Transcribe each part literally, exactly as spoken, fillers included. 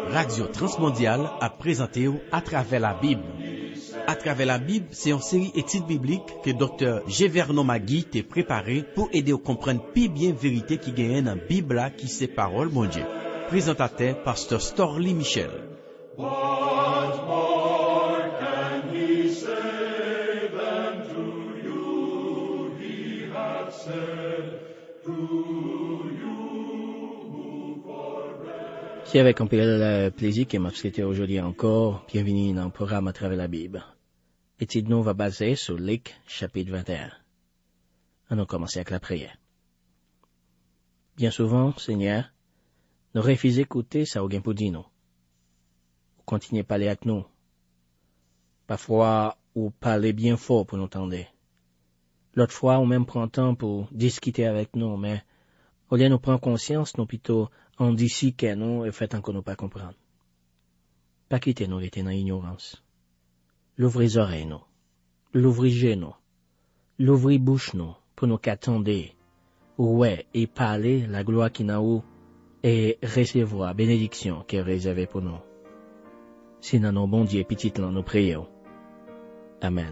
Radio Transmondiale a présenté à travers la Bible. À travers la Bible, c'est une série études bibliques que docteur Gévernon Magui t'a préparé pour aider à comprendre plus bien vérité qui gagne dans la Bible qui c'est parole mon Dieu. Présentateur pasteur Storly Michel. What more can he say than to you he hath said to you forever. C'est avec un peu de plaisir que m'a souhaité aujourd'hui encore. Bienvenue dans le programme à travers la Bible. Étude nous va baser sur Luc, chapitre vingt et un. Allons commencer avec la prière. Bien souvent, Seigneur, nous refusons d'écouter ça ou bien pour dire nous. Vous continuez à parler avec nous. Parfois, vous parlez bien fort pour nous entendre. L'autre fois, on même prend temps pour discuter avec nous, mais au lieu de nous prendre conscience, nous plutôt on dit si que nous et fait encore nous pas comprendre. Pas quitter nous rester dans l'ignorance. L'ouvrez les oreilles nous, l'ouvrez les nous, l'ouvrez bouche nous pour nous qu'attendre, ouais et parler la gloire qui n'a où et recevoir bénédiction qui est réservée pour nous. C'est dans nos bons dieux petites là nous prions. Amen.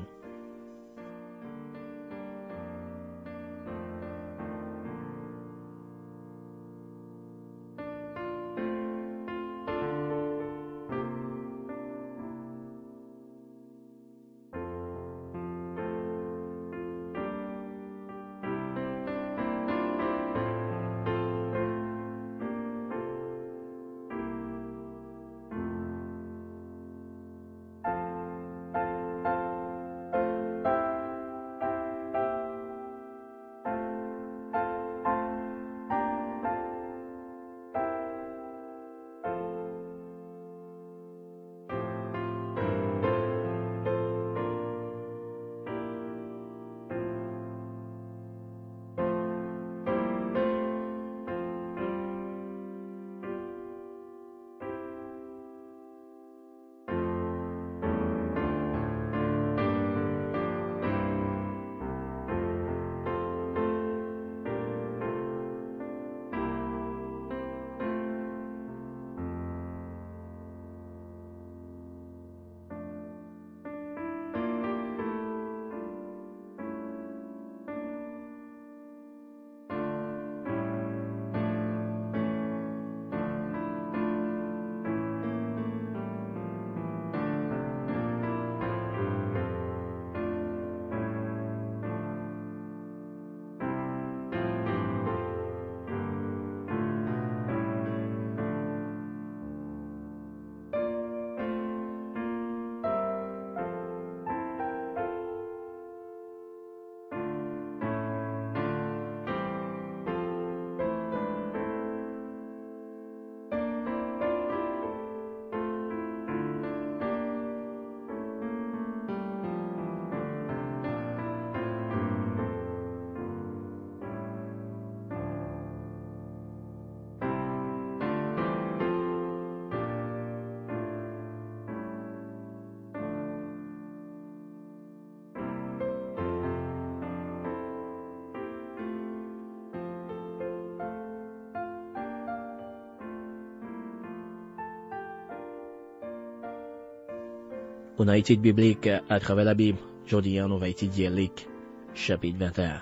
On a étude biblique à travers la Bible. Aujourd'hui, on va étudier Luc, chapitre vingt et un.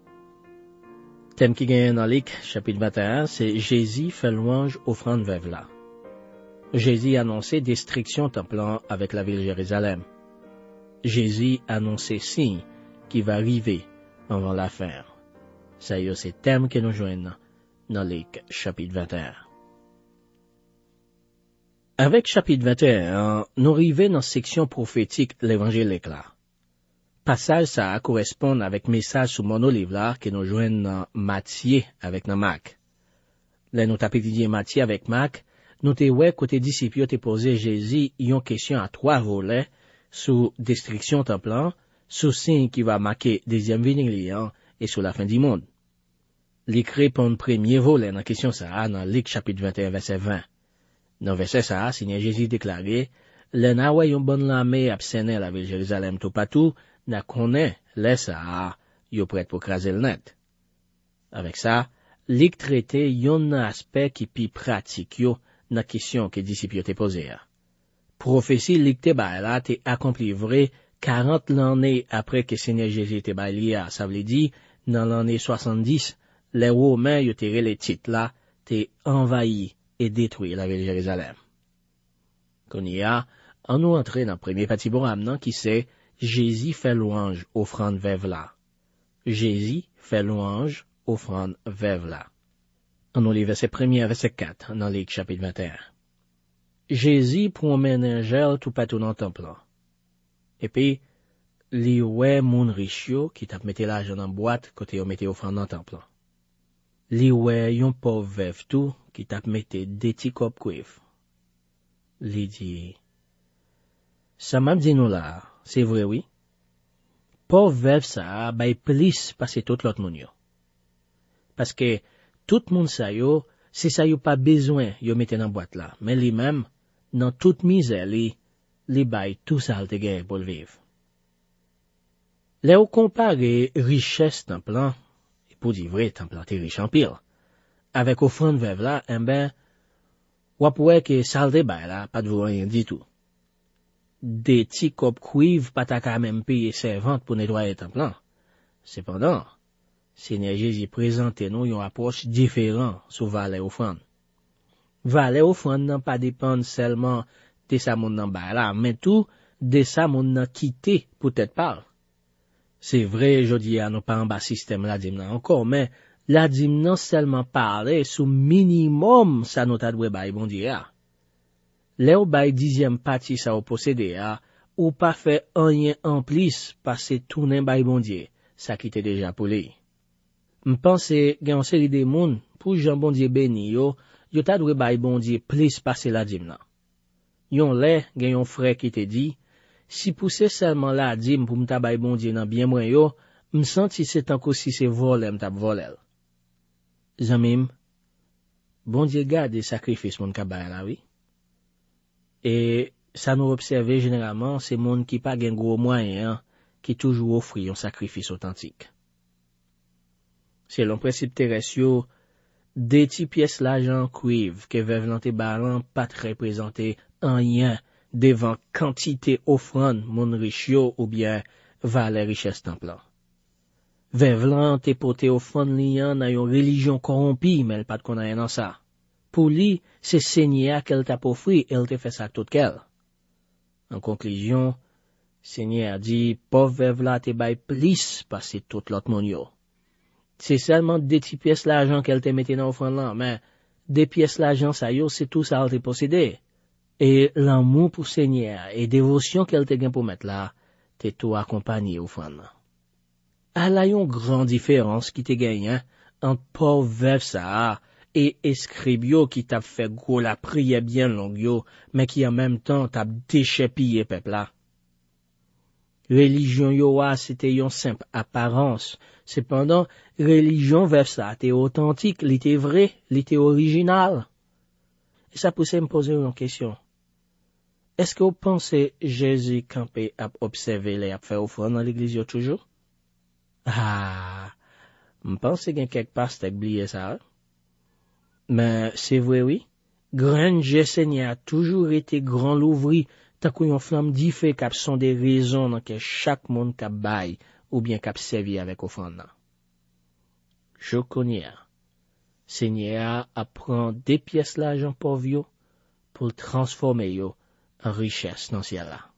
Thème qui gagne dans Luc, chapitre vingt et un, c'est Jésus fait louange offrande veuve là. Jésus annoncé destruction templant avec la ville de Jérusalem. Jésus annoncé signe qui va arriver avant la fin. Ça y est, c'est thème que nous joignons dans Luc, chapitre vingt et un. Avec chapitre vingt et un, nous arrivons dans la section prophétique l'évangélique là. Passage ça correspond avec message sous monolivre là que nous joignons dans Matthieu avec dans Marc. Là nous tapons étudier Matthieu avec Marc, nous te ouais côté disciples te posé Jésus une question à trois volets sur destruction templant, sur signe qui va marquer deuxième venue et sur la fin du monde. L'écrit répond premier volet dans question ça dans Luc chapitre vingt et un verset vingt. Dans verset ça, Seigneur Jésus déclaré, le na ouais yon bonne l'armée absene la ville Jérusalem tout partout, na connaît le ça, yo prêt pour craser le net. Avec ça, Luc traité yon aspect qui pi pratique yo nan question que disciples te posé. Prophétie li te bay la te accompli vrai quarante l'année après que Seigneur Jésus te bay li a, ça veut dire dans l'année soixante-dix, les Romains yo te les titres là te envahi et détruit la ville de Jérusalem. Qu'on y a, on nous entre dans le premier parti boram nan qui c'est Jésus fait louange offrande veuve là. Jésus fait louange offrande veuve là. On nous lit verset premier à verset quatre dans Luc chapitre vingt et un. Jésus promène un gel tout partout dans le temple. Et puis, li ouais moun riche yo qui t'a mette l'argent dans boîte côté yo mette offrande dans le temple. Li ouais yon pauvre veuve tout qui t'a mette des petits cop cuivre. Li dit, ça m'a dit nous là, c'est vrai oui. Pauvre veuve ça bay plus passer tout l'autre moun yo. Parce que tout moun sa yo, c'est ça yo pas besoin yo mette dans boîte là, mais lui même dans toute misère li, li bay tout ça te gagne pour vivre. Là, on compare richesse d'un plan, et pour dire vrai, d'un plan t'es riche en pile, avec offrande veuve là, eh ben, ou pourrait que ça le bay là, pas de rien du tout. Des petits copes cuivre, pas ta quand même payer servante pour nettoyer ton plan. Cependant, Seigneur Jésus présente nous une approche différente sur valet offrande. Valet offrande n'a pas dépendre seulement de sa moun nan bay là, mais tout de sa moun nan quitté peut-être pas. C'est vrai, je dis à nous pas en bas système la dîme encore, mais la dîme non seulement parler sous minimum ça nous t'a doué bay bon Dieu. Là ou bay dixième partie ça ou possédé ou pas fait rien en plus passer tourner bay bon Dieu, ça qui était déjà pour lui. M'pense gen une série de moun pour Jean bon Dieu béni yo, yo t'a doué bay bon Dieu plus passer la dîme là. Yon lè gen yon frère qui te dit si pousse seulement la dîme pour m'ta bay bon Dieu nan bien mwen yo, m'senti c'est tant si c'est volé m'ta volel. Zamim, bon Dieu garde sacrifice moun ka bay la oui. Et ça nous observe généralement c'est moun qui pas gen gros moyen qui toujours offri un sacrifice authentique. C'est le principe terrestre yo, des petits pièces l'argent cuivre que veuve lan te balan pas très présenté en rien devant quantité offrande mon riche yo ou bien valet richesse temple. Veuve lan te pote offrande lian nan yon religion corrompue mais elle pas de connait dans ça. Pour lui, c'est Seigneur qu'elle t'a offri, elle te fait ça tout qu'elle. En conclusion, Seigneur dit pauvre veuve la te bay plus passer tout l'autre moun yo. C'est seulement des petites pièces l'argent qu'elle te mette dans offrande là, mais des pièces l'argent ça yo c'est tout ça elle te possédé. Et l'amour pour Seigneur et dévotion qu'elle te gagne pour mettre là, t'es tout accompagné offrande. Elle a une grande différence qui te gagne entre pauvre veuve ça et escribio qui t'a fait gros la prière bien longue yo, mais qui en même temps t'a déchépillé peuple là. Religion yo a c'était une simple apparence. Cependant, religion veuve ça t'es authentique, l'était vrai, l'était original. Et ça poussait me poser une question. Est-ce que vous pensez Jésus campé à observer les à faire offrande dans l'église toujours? Ah, je pense qu'il y a quelque part qui a oublié ça. Mais c'est vrai, oui. Grand Seigneur a toujours été grand l'ouvri, tant qu'il y a une flamme d'ifé qui sont des raisons dans que chaque monde qui baille ou bien qui servi avec offrande. Je connais. Seigneur apprend des pièces l'argent pauvre yo pour transformer yo en richesse dans ciel là.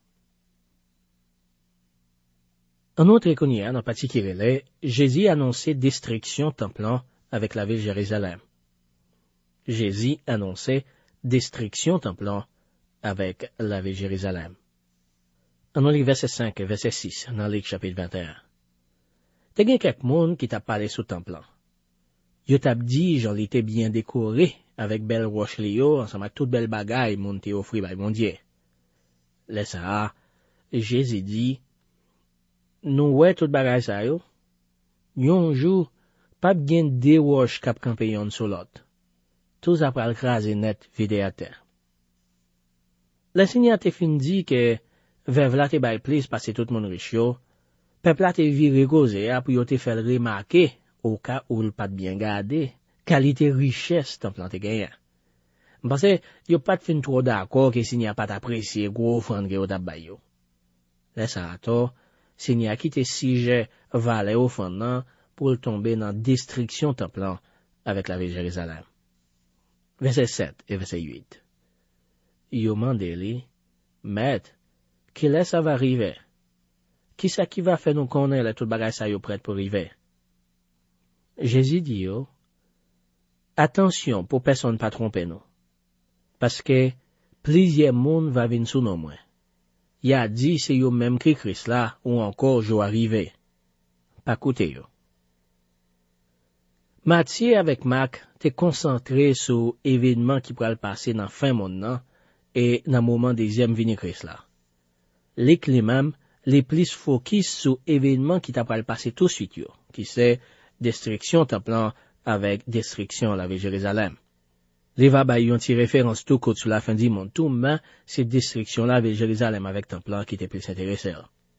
Un autre connait dans partie qui relait, Jésus annonçait destruction templant avec la ville de Jérusalem. Jésus annonçait destruction templant avec la ville de Jérusalem. On lit verset cinq et verset six dans Luc chapitre vingt et un. T'as gen quelques monde qui t'a parlé sous templant. Yo t'a dit j'en l'étais bien décoré avec belle roche lio ensemble avec toute belle bagaille moun te offri by mon Dieu. Laisse ça, Jésus dit nous ouais toute bagaille ça yo. Yon jour pas gen deux roches k'ap camper yon sur l'autre. Tous après le craser net vide à terre. Le Seigneur te fin dit que veuve la te bay plus passer tout mon riche yo. Peuple la te viré gozé pour yo te faire remarquer au cas où le pas bien gardé, qualité richesse temple te gagne. Parce que yo pas de fin trop d'accord que Seigneur pas apprécié gros offrande que yo t'a bay yo. Laisse ça to, Seigneur quitté sujet valet offrande nan pour tomber dans destruction temple avec la ville Jérusalem. Verset sept et verset huit. Yo mande li, Maître, qui laisse ça va arriver? Qui ça qui va faire nous connaître tout bagay ça yo prêt pour arriver? Jésus dit yo, attention pour personne pas tromper nous. Parce que plusieurs monde va venir sous nos moins. Y a dit c'est yo même qui Christ là ou encore jo arrivé. Pas coûter yo. Matthieu avec Marc t'es concentré sur événement qui pourrait passer dans fin monde nan et dans moment deuxième venue Christ là. Les clés même les plus focus sur événement qui t'a pas passer tout de suite yo, qui c'est destruction temple avec destruction la ville Jérusalem. Les va ba yon ti référence tout côté sur la fin du monde tout mais c'est destruction la ville Jérusalem avec temple qui était plus intéressé.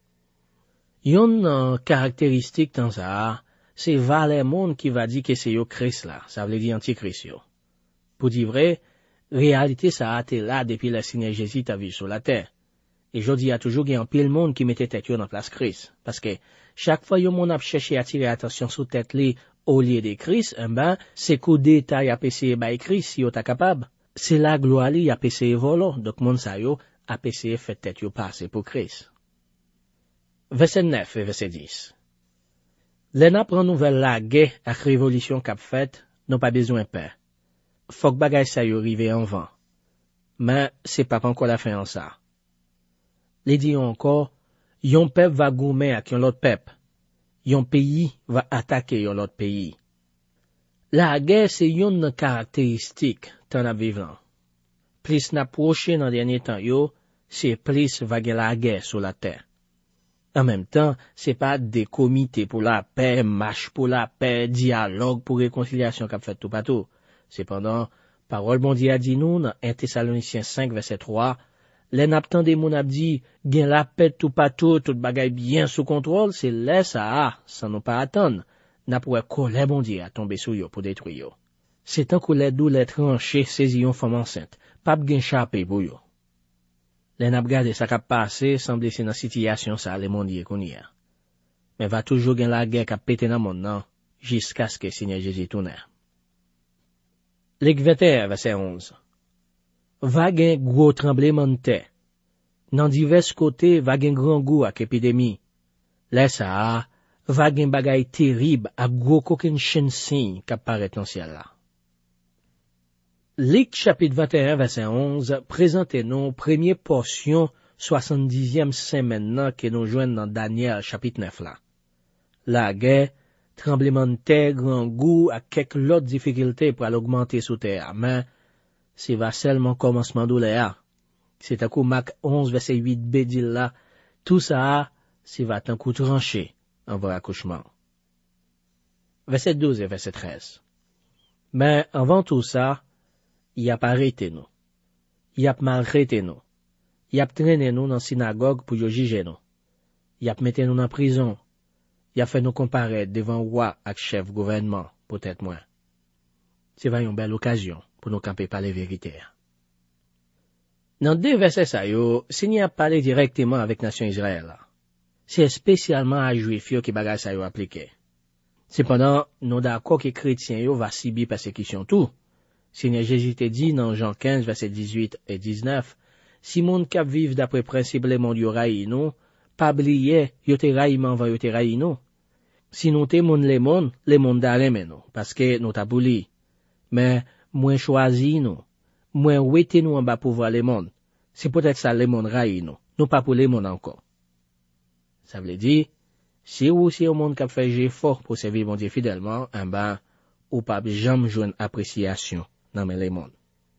Yon euh, caractéristique dans ça, c'est valet monde qui va dire que c'est yo Christ là, ça veut dire antichrist yo. Pour dire vrai, réalité ça a été là depuis le Seigneur Jésus t'a vu sur la terre. Et jodi y a toujours gen pile monde qui mettait tête yo dans place Christ parce que chaque fois yon monde a cherché à attirer attention sur tête li au lieu de Christ, eh ben, c'est coup d'état y a essayé by Christ si yo ta capable. C'est la gloire li y a essayé volo, donc monde sa yo a essayé fait tête yo passer pour Christ. Verset neuf et verset dix. Les n'a prend nouvelle la guerre ak révolution qu'a fait, n'ont pas besoin paix. Faut que bagay sa yo rive en vent. Mais c'est pas encore la fin en ça. Les dit encore, yon peuple va goumer ak yon l'autre peuple. Yon pays va attaquer yon l'autre pays. La guerre c'est yon caractéristique tan ap vivant. Plus n'a proche dans dernier temps yo, c'est plus va gen la guerre sur la terre. En même temps, c'est pas des comités pour la paix, marche pour la paix, dialogue pour réconciliation qu'a fait tout partout. Cependant, parole bon Dieu a dit nous dans un Thessaloniciens cinq verset trois, les n'aptan des moun ap dit, gen la paix tout partout, tout bagay bien sous contrôle, c'est là ça, sans nous pas attendre. N'a pour colère bon Dieu a tombé sous yo pour détruire yo. C'est tant que les dou les tranchés saisi yon femme enceinte, pas gen chapé pour yo. Les n'a gardé ça k'ap passé, semble c'est dans situation ça les monde qu'on y a. Mais va toujours gen la guerre k'ap pété dans monde nan, jusqu'à ce que Seigneur Jésus tourne. Luc vingt et un verset onze. Va gen gros tremblement de terre. Dans divers côtés, va gen grand goût ak épidémie. Là ça, va gen bagay terrible ak gros koken chen signe k'ap paraît dans ciel là. Luc chapitre vingt et un verset onze présente nous première portion soixante-dixième semaine nan que nous joignent dans Daniel chapitre neuf là. La guerre, tremblement de terre, grand goût ak quelques autres difficultés pour augmenter sous terre, mais c'est va seulement commencement douleur. C'est à coup Marc onze verset huit b dit là, tout ça, c'est va tant coup tranché en vrai accouchement. Verset douze et verset treize. Mais avant tout ça, il a pas arrêté nous. Il a maltraité nous. Il a traîné nous dans synagogue pour juger nous. Il a mis nous en prison. Il a fait nous comparaître devant roi ak chef gouvernement, peut-être moins. C'est vraiment une belle occasion pour nous camper par les vérités. Dans deux versets ça yo, Seigneur a parlé directement avec nation Israël. C'est spécialement à Juifs qui bagay ça yo appliqué. Cependant, nous d'accord que chrétiens yo va subir persécution tout. Seigneur Jésus te dit dans Jean quinze verset dix-huit et dix-neuf, si moun k'ap vive d'après principe le monde yo raï nous, pas oublier yo te raïman va yo te raï nous. Si nous te moun le monde, le monde da reme nous, parce que nous t'a bouli. Mais moins choisi nous, moins ouete nous en bas pour voir le monde. C'est peut-être ça le monde raï nous, nous pas pour le monde encore. Ça veut dire, si ou si au monde qui a fait effort pour servir bon Dieu fidèlement, en bas, ou pas jamais joindre appréciation dans les mondes.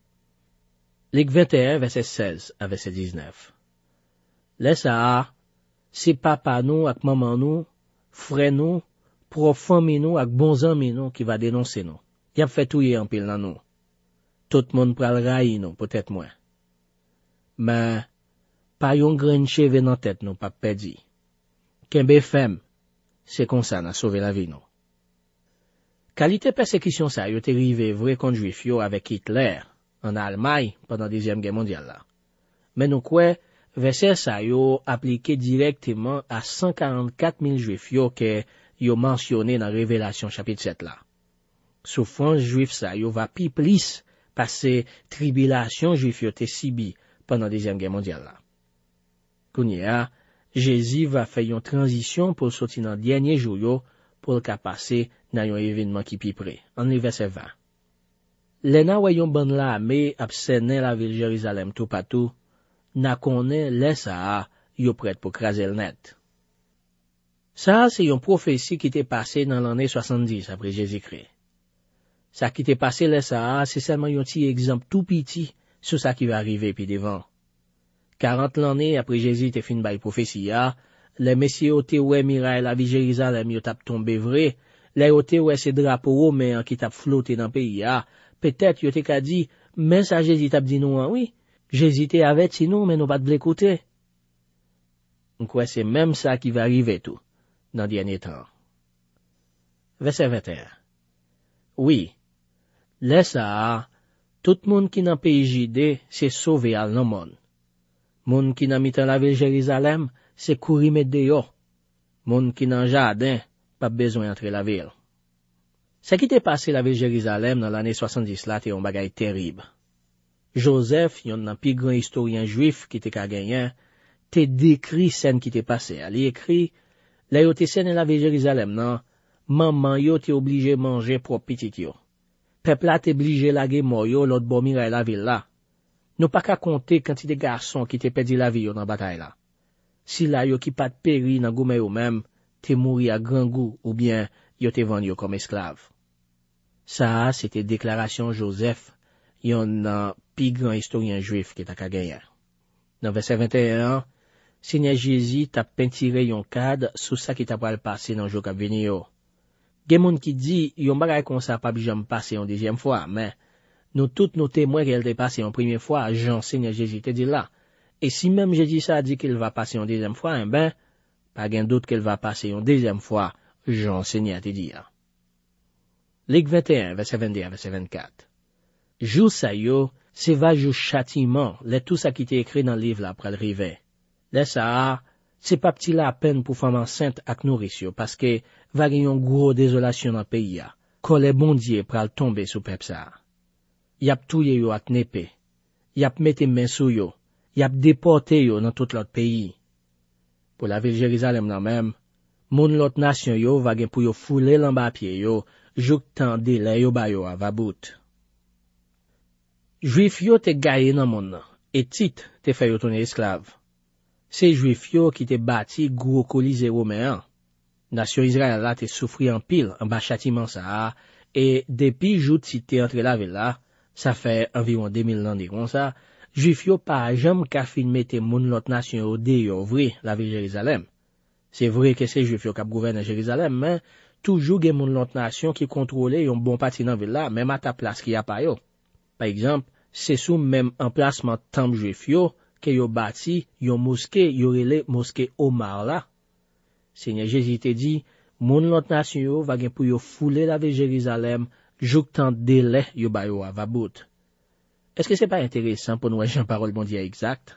Luc vingt et un verset seize à verset dix-neuf. Laisse ça, c'est papa nous ak maman nous, frère nous, prof famille nous ak bons amis nous qui va dénoncer nous. Y a fait tout y en pile dans nous. Tout le monde pral raï nous, peut-être moins. Mais, pas yon grain cheve dans tête nous, pas perdu. Kembe femme, c'est comme ça n'a sauvé la vie nous. Qualité persécution ça, yo te rive vrai contre juif yo avec Hitler, en Allemagne pendant la Deuxième Guerre mondiale là. Mais nous quoi, verset ça yo appliqué directement à cent quarante-quatre mille juifs yo que yo mentionné dans Révélation chapitre sept là. Souffrance juif ça yo va pi plus passer tribulation juif yo te sibi pendant la Deuxième Guerre mondiale là. Kounya, Jésus va faire une transition pour sortir dans dernier jour yo pour le passer dans un événement qui pi près. En le verset vingt. Les na voyons ban la mais absene la ville Jérusalem tout partout, na connaît les ça yo prêt pour craser le net. Ça c'est une prophétie qui était passée dans l'année soixante-dix après Jésus-Christ. Ça qui était passé les ça c'est seulement un petit exemple tout petit sur ça qui va arriver puis devant. quarante l'année après Jésus te fin bail prophétie, les messieurs te ouais miraille la vie Jérusalem yo tap tombé vrai, les te ouais ces drapeaux romains qui tap flotté dans pays a, peut-être yo te ka dit, mais ça Jésus tap dit nous oui, Jésus te avec si nous mais nous pas de l'écouter. Donc ouais c'est même ça qui va arriver tout dans dernier temps. Verset vingt et un. Oui, les ça tout monde qui dans pays Judée c'est sauvé al nan monde. Moun qui nan mitan la ville Jérusalem, c'est courir mettre dehors. Moun qui nan jardin, pas besoin entrer la ville. Ce qui t'est passé la ville Jérusalem dans l'année soixante-dix là, t'es un bagay terrible. Joseph, yon nan pi grand historien juif qui t'est ka gagné, t'es décrit scène qui t'est passé. Elle écrit, là yo t'es scène la ville Jérusalem nan, maman yo t'es obligé manger propre petit yo. Peuple là t'es obligé laguer mort yo l'autre bon miraille la ville là. Nous pas qu'à compter quantité de garçons qui te perdu la vie yo dans bataille là. Si là yo qui pas de péri dans goumé yo même, te mouri à grand goût ou bien yo te vendu comme esclave. Ça c'était déclaration Joseph, yon un pi grand historien juif qui t'a ka gagné. Dans verset vingt et un, Seigneur Jésus t'a peintiré yon cadre sous ça qui t'a pas le passer dans jour qui venu yo. Gen moun qui dit yon bagay comme ça pas jamais passer une deuxième fois, mais nous tous nous témoins qu'elle est passée en première fois, Jean Seigneur Jésus te dit là. Et si même Jésus ça dit qu'il va passer en deuxième fois, eh ben, pas gain doute qu'elle va passer en deuxième fois, Jean Seigneur te dit là. Ligue vingt et un, verset vingt-deux, verset vingt-quatre. Jou sa yo, c'est va jou châtiment, le tout ça qui est écrit dans le livre là après le rivet. Le ça, c'est pas petit la peine pour femme enceinte ak nourriture, parce que va gagner une gros désolation dans le pays là. Quand les bon Dieu pral tomber sous peuple ça. Yap touye yo ak nepe, yap mette men sou yo, yap déporté yo dans tout l'autre pays. Pour la ville Jérusalem nan même, moun l'autre nation yo va gen pou yo foule l'en bas pied yo, jouk tan délai yo ba yo ava bout. Juif yo te gaye nan moun nan, et tit te fè yo tourner esclave. C'est juif yo qui te bâti gros colisée romain. Nation Israël la te souffri en pile en bas châtiment ça, et depuis jout si te entre la ville là, ça fait environ deux mille ans comme ça, juif yo pas jamais ka fin mette moun l'autre nation au dehors vrai la ville Jérusalem. C'est vrai que c'est juif yo qui gouverne Jérusalem, mais toujours gen moun l'autre nation qui contrôle yon bon parti dans ville là, même à ta place qui a pas yo. Par exemple, c'est sous même emplacement temple juif yo que yo bâti yon mosquée yo relé mosquée Omar là. Seigneur Jésus te dit, moun l'autre nation yo va gen pou yo fouler la ville Jérusalem jouk tant délai yo ba yo ava bout. Est-ce que c'est pas intéressant pour nous Jean parole bon Dieu exact?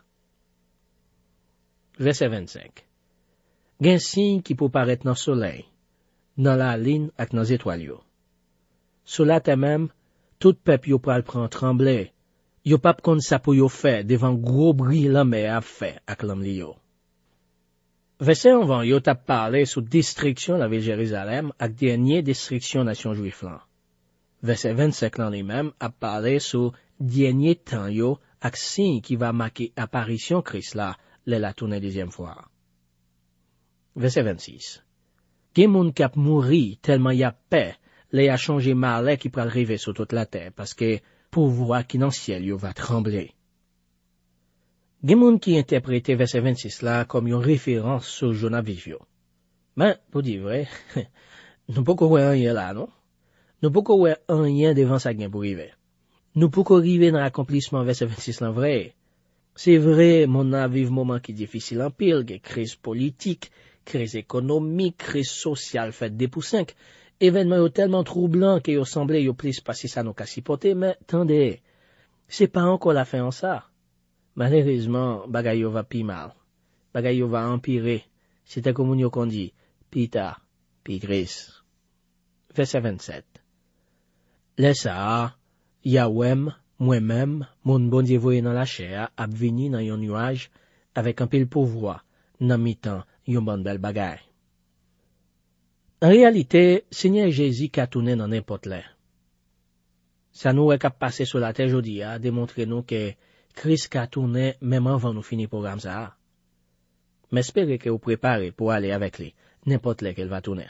Verset vingt-cinq. Gen signe qui peut paraître dans soleil, dans la lune ak dans étoile yo. Sous la te même, tout peuple yo pral prend trembler. Yo pap kon sa pou yo fait devant gros bruit la mer a fait ak l'homme li yo. Verset avant yo t'a parlé sous destruction la ville Jérusalem ak dernier destruction nation juif lan. Verset vingt-cinq lan lui-même a parlé sur dernier temps yo ak signe qui va marquer apparition Christ là, le la tourner deuxième fois. Verset vingt-six. Gen moun kap mouri tellement y a paix, le a changé malais qui pral river sur toute la terre parce que pouvoir qui dans ciel yo va trembler. Gen moun qui interprète verset vingt-six là comme une référence sur Jonas vivio. Mais pour dire vrai, nous pas qu'on voit rien là non. Nous pas qu'on voit rien devant ça gen pour river. Nous pas qu'on river dans l'accomplissement verset vingt-six là vrai. C'est vrai, mon a vive moment qui difficile en pile, gen crise politique, crise économique, crise sociale fait deux pour cinq. Événement yo tellement troublant que yo semblait yo plus passer ça nous ka supporter, mais attendez. C'est pas encore la fin en ça. Malheureusement, bagay yo va pi mal. Bagay yo va empirer. C'était comme yo qu'on dit, pi tard, pi gris. Verset vingt-sept. Laisse ça, Yahweh, moi-même, mon bon Dieu voye dans la chair, ap vini dans yon nuage, avec un pile pouvoir, nan mi-temps, yon bon bel bagay. En réalité, Seigneur Jésus ka tourné dans n'importe l'air. Ça nous est cap passer sur la terre jodi a, démontrer nous que Christ ka tourné même avant nous finir programme ça. Mais espérez que vous préparez pour aller avec lui, n'importe l'air qu'elle va tourner.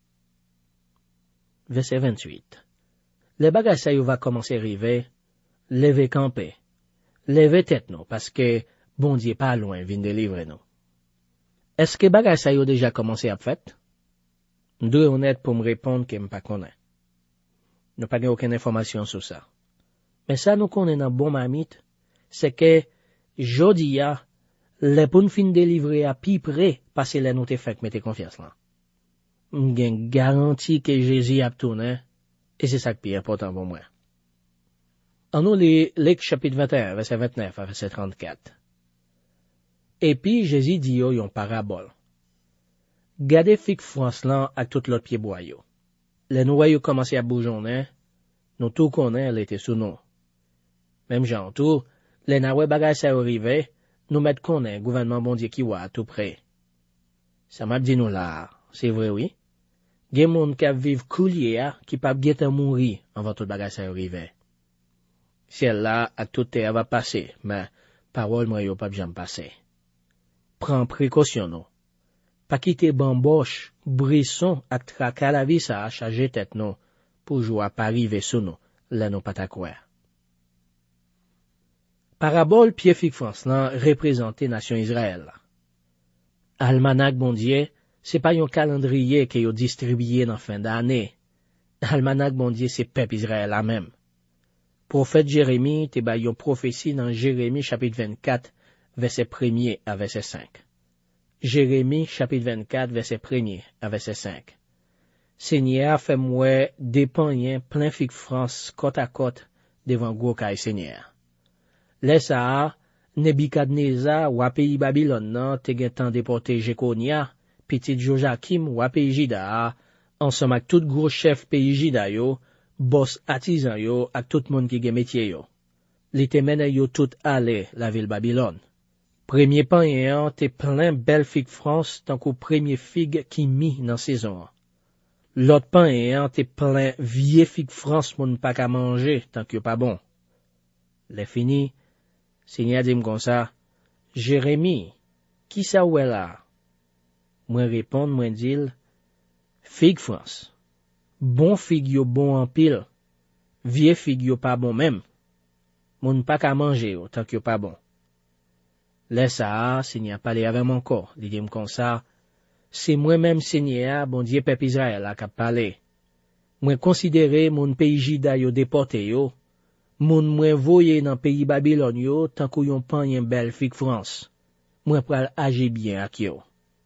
Verset vingt-huit. Les bagages ça y va commencer à arriver, lever camper, lever tête nous, parce que bon Dieu pas loin vient délivrer nous. Est-ce que bagages ça y a déjà commencé à fait? Je dois honnête pour me répondre que je ne connais pas. Nous n'avons pas aucune information sur ça. Mais ça nous connaît dans bon mamite, c'est que, jodi a, les pour fin délivrer à pi près, parce que les nous te fait mettre confiance là. J'ai garanti que Jésus a tourné, et c'est ça qui est important pour moi. En nous, les Luc chapitre vingt et un, verset vingt-neuf à verset trente-quatre. Et puis, Jésus dit yo yon parabole. Gardez fig France là avec tout l'autre pied boyau. Les noyaux yo commencé à bougeonner, nous tout connaît, elle était sous nous. Même gens tout, les naoué bagay sa arrivé, nous mettre connaît, gouvernement bon Dieu qui wa tout près. Ça m'a dit nous là, c'est vrai oui. Gen moun qui vive coulier qui pa gete mourir avant tout bagay sa arrivé. Ciel là à tout terre va passer, mais parole moi yo pas jamais passer. Prends précaution non. Pas quitter bamboche, brisson ak traka la vie ça a chargé tête non pour jouer pas arriver sous nous, là nous pas ta croire. Parabole pied fig France là représenter nation Israël. Almanach bon Dieu, c'est pas un calendrier que yo distribué dans fin d'année. Almanach bon Dieu c'est peuple Israël là même. Prophète Jérémie te ba yon prophétie dans Jérémie chapitre vingt-quatre verset premier à verset cinq. Jérémie chapitre vingt-quatre verset premier à verset cinq. Seigneur fait moi dépenyen plein fig France côte à côte devant gros kay Seigneur. Laisse ça Nebukadnezar ou pays Babylone nan te gen tan déporté Jekonia, petit Joachim ou pays Juda, ensemble avec tout gros chef pays Juda yo, boss artisan yo, ak tout monde qui gen métier yo. Li te mène yo tout aller la ville Babylone. Premier pain te plein belle fig France tant qu'au premier fig qui mis dans saison. L'autre pain te plein vieux fig France moun pas qu'à manger tant que pas bon. Les fini, Seigneur dit comme ça, Jérémie, qui ça ou est là? Moi répondre, moi dire, fig France. Bon fig yo bon en pile. Vieux fig yo pas bon même. Moun pas qu'à manger yo tant que pas bon. Laisse ça, Seigneur parler avec mon corps, il dit comme ça, c'est moi-même Seigneur, bon Dieu peuple Israël a qu'a parler. Moi considérer mon pays Juda yo déporté yo, moun moi voye dans pays Babylone yo tant qu'on yon pan yon belle fig France. Moi pral agir bien ak yo.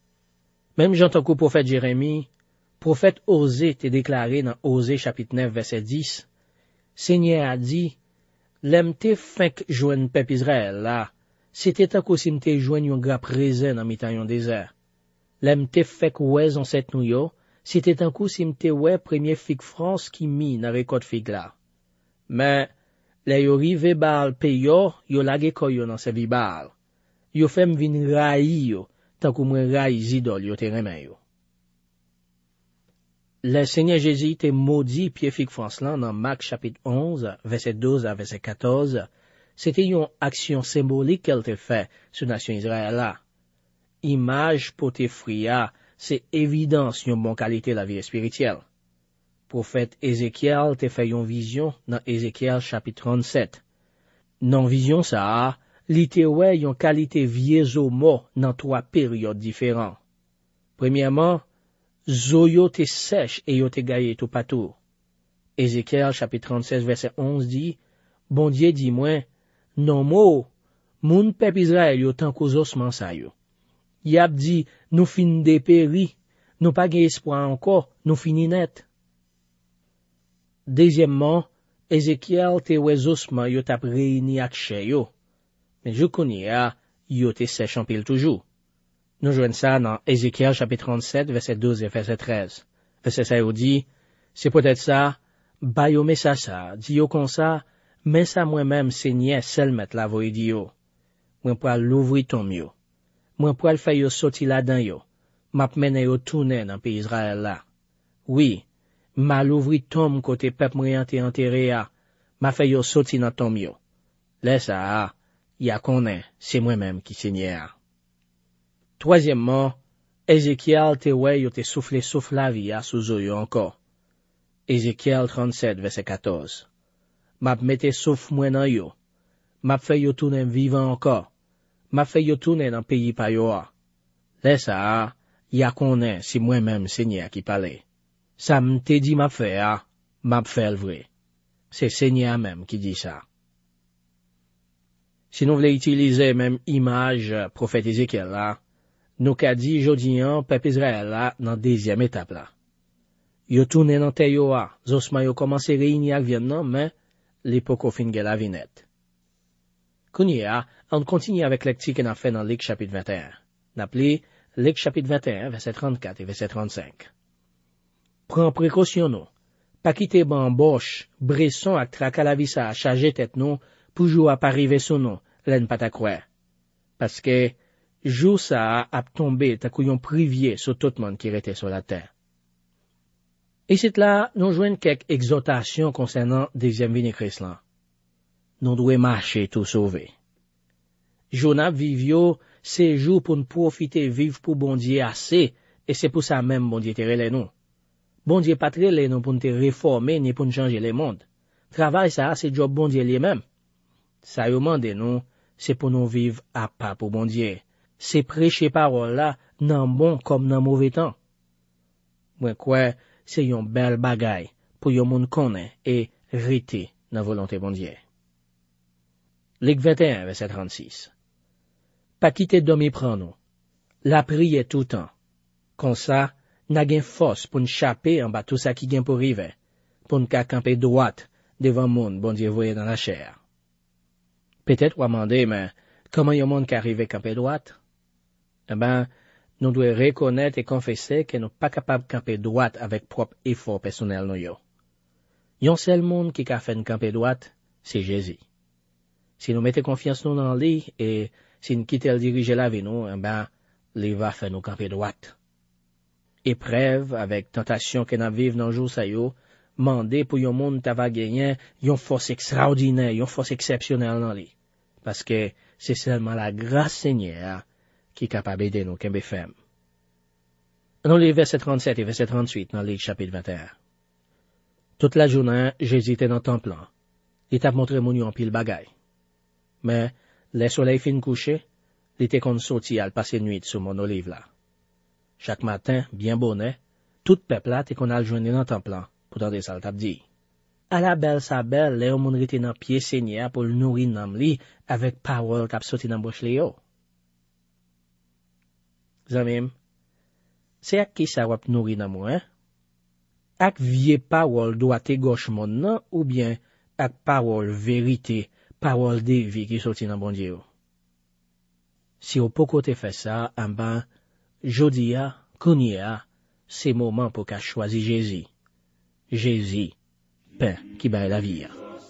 Même j'entends que prophète Jérémie, prophète Osée te déclaré dans Osée chapitre neuf verset dix, Seigneur a dit, l'emte fek joine peuple Israël là, c'était tant que si m'te joine yon grappe raisin dans mi-temps yon désert. L'emte fek ouez en cette nou yo, c'était tant que si m'te oué premier fig France qui mi dans récolte fig là. Mais le yo rive bal peyo, yo lage koyo dans se vi bal. Yo fem vin rayi yo, tant que mwen rayi zidol yo te remen yo. Le Seigneur Jésus te maudit pied fig France là dans Marc chapitre onze, verset douze à verset quatorze. C'était une action symbolique qu'elle te fait sur la nation Israël là. Image pour te fria, c'est évidence yon bon qualité de la vie spirituelle. Prophète Ézéchiel te fait une vision dans Ézéchiel chapitre trente-sept. Dans vision ça, li te wè yon qualité vieux mort dans trois périodes différentes. Premièrement, zo yo te sèche et yo te gaye tout partout. Ézéchiel chapitre trente-sept verset onze dit, bon Dieu dit moi, non mo, moun peuple Israël yo tan kouz osman sa yo. Y ap dit, nous fin dépéri, nous pas gen espoir encore, nous fini net. Deuxièmement, Ézéchiel te wezosman yo tap réuni ak chè yo, men jou konye a, yo te sèch en pile toujours. Nous joignons ça dans Ézéchiel chapitre trente-sept, verset douze et verset treize. Verset ça yo dit, c'est peut-être ça, ba yo mais ça ça, dit yo comme ça, mais ça moi-même Seigneur seul mettre la voix dit yo. Moi pour l'ouvrir ton yo. Moi pour faire yo sorti là-dedans yo. M'a mené yo tourner dans pays Israël là. Oui, m'a l'ouvrir tom côté peuple moyen te enterré a. M'a fait yo sorti dans tom yo. Laisse ça, y a connaît, c'est moi-même qui Seigneur. Troisièmement, Ézéchiel te wè yo te soufflé souffle la vie à sous yo encore. Ézéchiel trente-sept, verset quatorze. M'a mette souffle moi nan yo. M'a fait yo tourner vivant encore. M'a fait yo tourner dans pays pa yo a. Laisse ça, y a connaît, c'est moi-même Seigneur qui parlait. Ça m'te dit m'a fait a, m'a fait le vrai. C'est Seigneur même qui dit ça. Si nous voulons utiliser même image prophète Ézéchiel là, nous qu'a dit jodi an peuple Israël là dans deuxième étape là. Yo tourné dans terre yo a, zosma yo commencé réunir ak vien nan, mais l'époque fin gen la vinette. Kounye a, on continue avec lecture qu'on a fait dans Luc chapitre vingt et un. N'appelé Luc chapitre vingt et un, verset trente-quatre et verset trente-cinq. Prends précaution nous. Pas quitter bamboche, bresson ak trakalavisa à charger tête nous, pour jou à pas arriver sous nous, l'en pas ta croire. Parce que, jou ça a tombé ta couillon privier sur tout le monde qui était sur la terre. Et c'est là, nous joignons quelques exhortations concernant deuxième venue Christ là. Nous devons marcher tout sauver. Jonas vivio, c'est jour pour nous profiter vivre pour bon Dieu assez, et c'est pour ça même bon Dieu te relè nous. Bon Dieu pas te relè nous pour nous te réformer ni pour nous changer le monde. Travail ça, c'est job bon Dieu lui-même. Ça y demande nous, c'est pour nous vivre à pas pour bon Dieu. C'est prêcher parole là, nan bon comme nan mauvais temps. Moi quoi, c'est yon bel bagay pour yon moun connaît et rete nan volonté bon Dieu. Luc vingt et un, verset trente-six. Pas quitter dormi prend nous. La prière tout temps. Comme ça, n'a gen force pour n'chapper en bas tout ça qui gen pour rive, pour n'ka camper droite devant moun bon Dieu voye dans la chair. Peut-être ou demander, mais comment yon monde qui arrive camper droite? Eh ben, nous devons reconnaître et confesser que nous pas capables de camper droite avec propre effort personnel nous yo. Yon seul monde qui a fait une camper droite, c'est Jésus. Si nous mettons confiance nous dans lui et si nous quittons le diriger la vie nous, eh ben, lui va faire nous camper droite. Épreuve avec tentation que nous vivons dans le jour ça yo, mandé pour yon monde ta va gagner yon force extraordinaire, yon force exceptionnelle dans lui. Parce que c'est seulement la grâce Seigneur qui est capable d'aider nous kembe femme. Dans les versets trente-sept et verset trente-huit dans Luc chapitre vingt et un. Toute la journée, Jésus était dans le temple. Il t'a montré mon en pile bagay. Mais, le soleil fin couché, il était qu'on sorti à passer nuit sur mon olive là. Chaque matin, bien bonnet, tout peuple là t'es qu'on a le joindre dans le temple pour tenter ça le t'a dit. À la belle sa belle, les hommes rete dans pied Seigneur pour le nourrir dans li avec parole t'a sorti dans bouche li yo. Zamim, c'est à qui ça wap nourri dans moi, hein? Ak vie parole doit te gauche mon nan, ou bien ak parole vérité, parole de vie qui sorti dans bon Dieu. Si au poko te fait ça, en ben, jodia, kounia, c'est moment pour qu'a choisi Jésus. Jésus, pain qui baille la vie.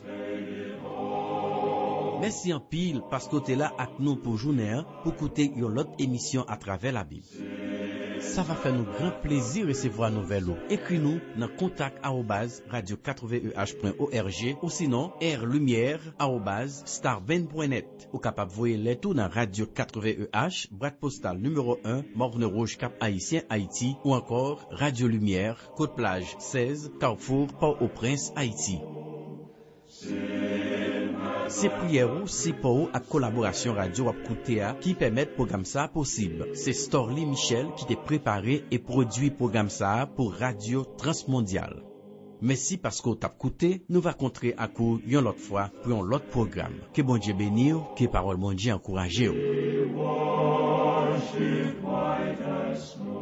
Merci en pile parce que t'es là avec nous pour journée pour écouter une autre émission à travers la Bible. Ça va faire nous grand plaisir recevoir nos vélos. Écris-nous dans contact arobase radio quatre v e h point org ou sinon airlumière arobase starben point net. Ou capable voyer les tout dans radio quatre v e h, boîte postale numéro un, Morne Rouge Cap Haïtien Haïti ou encore Radio Lumière, Côte Plage seize, Carrefour, Port-au-Prince, Haïti. C'est prière ou c'est pour à collaboration radio à côté qui permettent programme ça possible. C'est Storly Michel qui t'a préparé et produit programme ça pour Radio Transmondiale. Merci parce que t'as écouté, nous va rencontrer à coup une autre fois pour un autre programme. Que bon Dieu bénisse, que parole bon Dieu encourage.